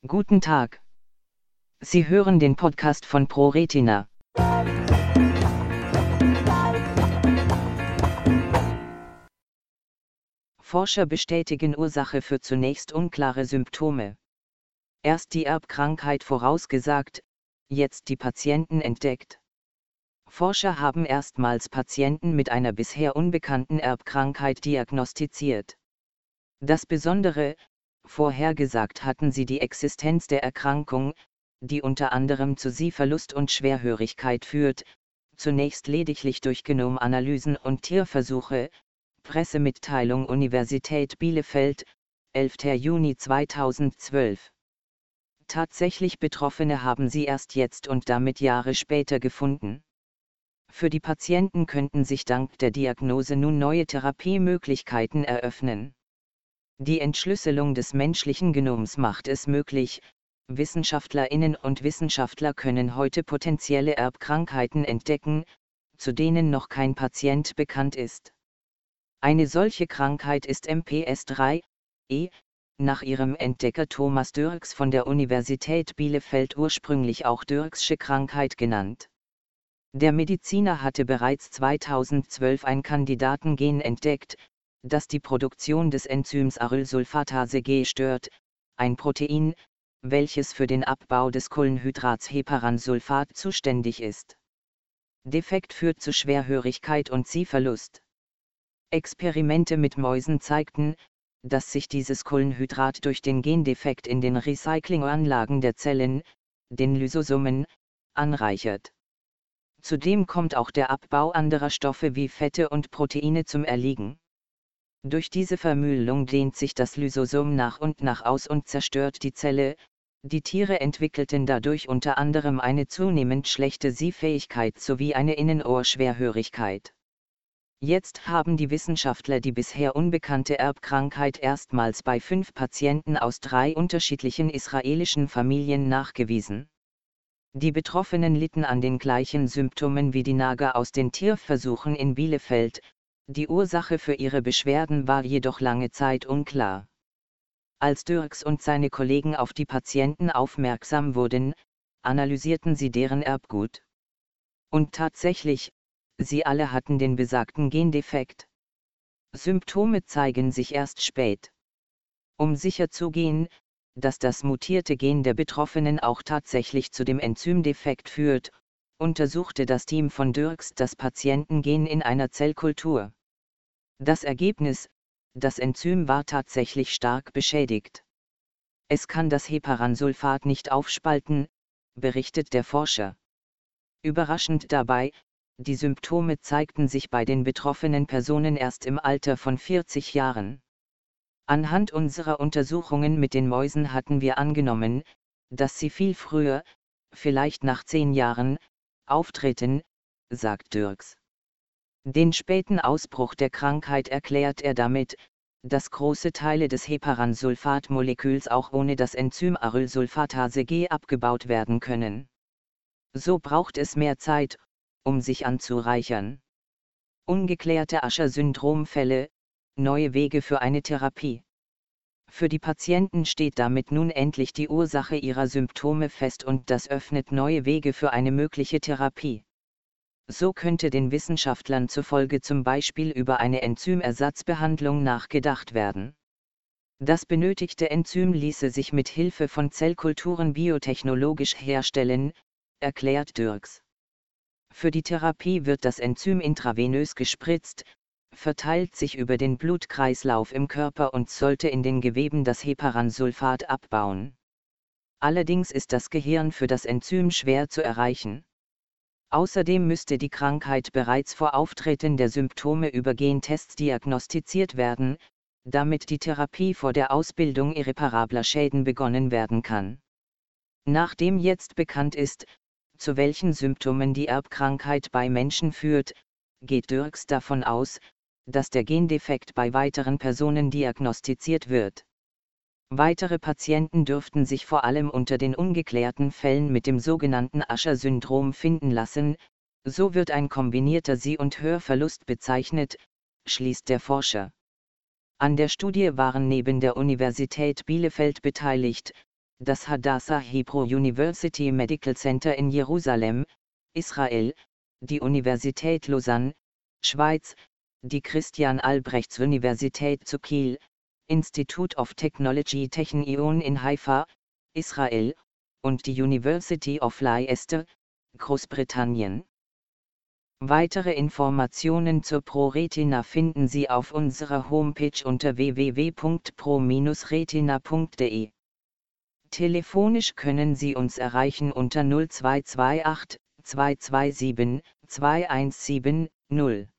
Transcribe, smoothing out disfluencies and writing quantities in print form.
Guten Tag. Sie hören den Podcast von ProRetina. Forscher bestätigen Ursache für zunächst unklare Symptome. Erst die Erbkrankheit vorausgesagt, jetzt die Patienten entdeckt. Forscher haben erstmals Patienten mit einer bisher unbekannten Erbkrankheit diagnostiziert. Das Besondere: vorhergesagt hatten sie die Existenz der Erkrankung, die unter anderem zu Sehverlust und Schwerhörigkeit führt, zunächst lediglich durch Genomanalysen und Tierversuche. Pressemitteilung Universität Bielefeld, 11. Juni 2012. Tatsächlich Betroffene haben sie erst jetzt und damit Jahre später gefunden. Für die Patienten könnten sich dank der Diagnose nun neue Therapiemöglichkeiten eröffnen. Die Entschlüsselung des menschlichen Genoms macht es möglich: Wissenschaftlerinnen und Wissenschaftler können heute potenzielle Erbkrankheiten entdecken, zu denen noch kein Patient bekannt ist. Eine solche Krankheit ist MPS IIIe, nach ihrem Entdecker Thomas Dirks von der Universität Bielefeld, ursprünglich auch Dirksche Krankheit genannt. Der Mediziner hatte bereits 2012 ein Kandidatengen entdeckt, das die Produktion des Enzyms Arylsulfatase G stört, ein Protein, welches für den Abbau des Kohlenhydrats Heparansulfat zuständig ist. Defekt führt zu Schwerhörigkeit und Sehverlust. Experimente mit Mäusen zeigten, dass sich dieses Kohlenhydrat durch den Gendefekt in den Recyclinganlagen der Zellen, den Lysosomen, anreichert. Zudem kommt auch der Abbau anderer Stoffe wie Fette und Proteine zum Erliegen. Durch diese Vermüllung dehnt sich das Lysosom nach und nach aus und zerstört die Zelle. Die Tiere entwickelten dadurch unter anderem eine zunehmend schlechte Sehfähigkeit sowie eine Innenohrschwerhörigkeit. Jetzt haben die Wissenschaftler die bisher unbekannte Erbkrankheit erstmals bei 5 Patienten aus 3 unterschiedlichen israelischen Familien nachgewiesen. Die Betroffenen litten an den gleichen Symptomen wie die Nager aus den Tierversuchen in Bielefeld. Die Ursache für ihre Beschwerden war jedoch lange Zeit unklar. Als Dirks und seine Kollegen auf die Patienten aufmerksam wurden, analysierten sie deren Erbgut. Und tatsächlich, sie alle hatten den besagten Gendefekt. Symptome zeigen sich erst spät. Um sicherzugehen, dass das mutierte Gen der Betroffenen auch tatsächlich zu dem Enzymdefekt führt, untersuchte das Team von Dirks das Patientengen in einer Zellkultur. Das Ergebnis: das Enzym war tatsächlich stark beschädigt. Es kann das Heparansulfat nicht aufspalten, berichtet der Forscher. Überraschend dabei: die Symptome zeigten sich bei den betroffenen Personen erst im Alter von 40 Jahren. Anhand unserer Untersuchungen mit den Mäusen hatten wir angenommen, dass sie viel früher, vielleicht nach 10 Jahren, auftreten, sagt Dirks. Den späten Ausbruch der Krankheit erklärt er damit, dass große Teile des Heparansulfat-Moleküls auch ohne das Enzym Arylsulfatase G abgebaut werden können. So braucht es mehr Zeit, um sich anzureichern. Ungeklärte Usher-Syndrom-Fälle, neue Wege für eine Therapie. Für die Patienten steht damit nun endlich die Ursache ihrer Symptome fest und das öffnet neue Wege für eine mögliche Therapie. So könnte den Wissenschaftlern zufolge zum Beispiel über eine Enzymersatzbehandlung nachgedacht werden. Das benötigte Enzym ließe sich mit Hilfe von Zellkulturen biotechnologisch herstellen, erklärt Dirks. Für die Therapie wird das Enzym intravenös gespritzt, verteilt sich über den Blutkreislauf im Körper und sollte in den Geweben das Heparansulfat abbauen. Allerdings ist das Gehirn für das Enzym schwer zu erreichen. Außerdem müsste die Krankheit bereits vor Auftreten der Symptome über Gentests diagnostiziert werden, damit die Therapie vor der Ausbildung irreparabler Schäden begonnen werden kann. Nachdem jetzt bekannt ist, zu welchen Symptomen die Erbkrankheit bei Menschen führt, geht Dirks davon aus, dass der Gendefekt bei weiteren Personen diagnostiziert wird. Weitere Patienten dürften sich vor allem unter den ungeklärten Fällen mit dem sogenannten Usher-Syndrom finden lassen, so wird ein kombinierter Seh- und Hörverlust bezeichnet, schließt der Forscher. An der Studie waren neben der Universität Bielefeld beteiligt, das Hadassah Hebrew University Medical Center in Jerusalem, Israel, die Universität Lausanne, Schweiz, die Christian-Albrechts-Universität zu Kiel, Institute of Technology Technion in Haifa, Israel, und die University of Leicester, Großbritannien. Weitere Informationen zur ProRetina finden Sie auf unserer Homepage unter www.pro-retina.de. Telefonisch können Sie uns erreichen unter 0228 227 217 0.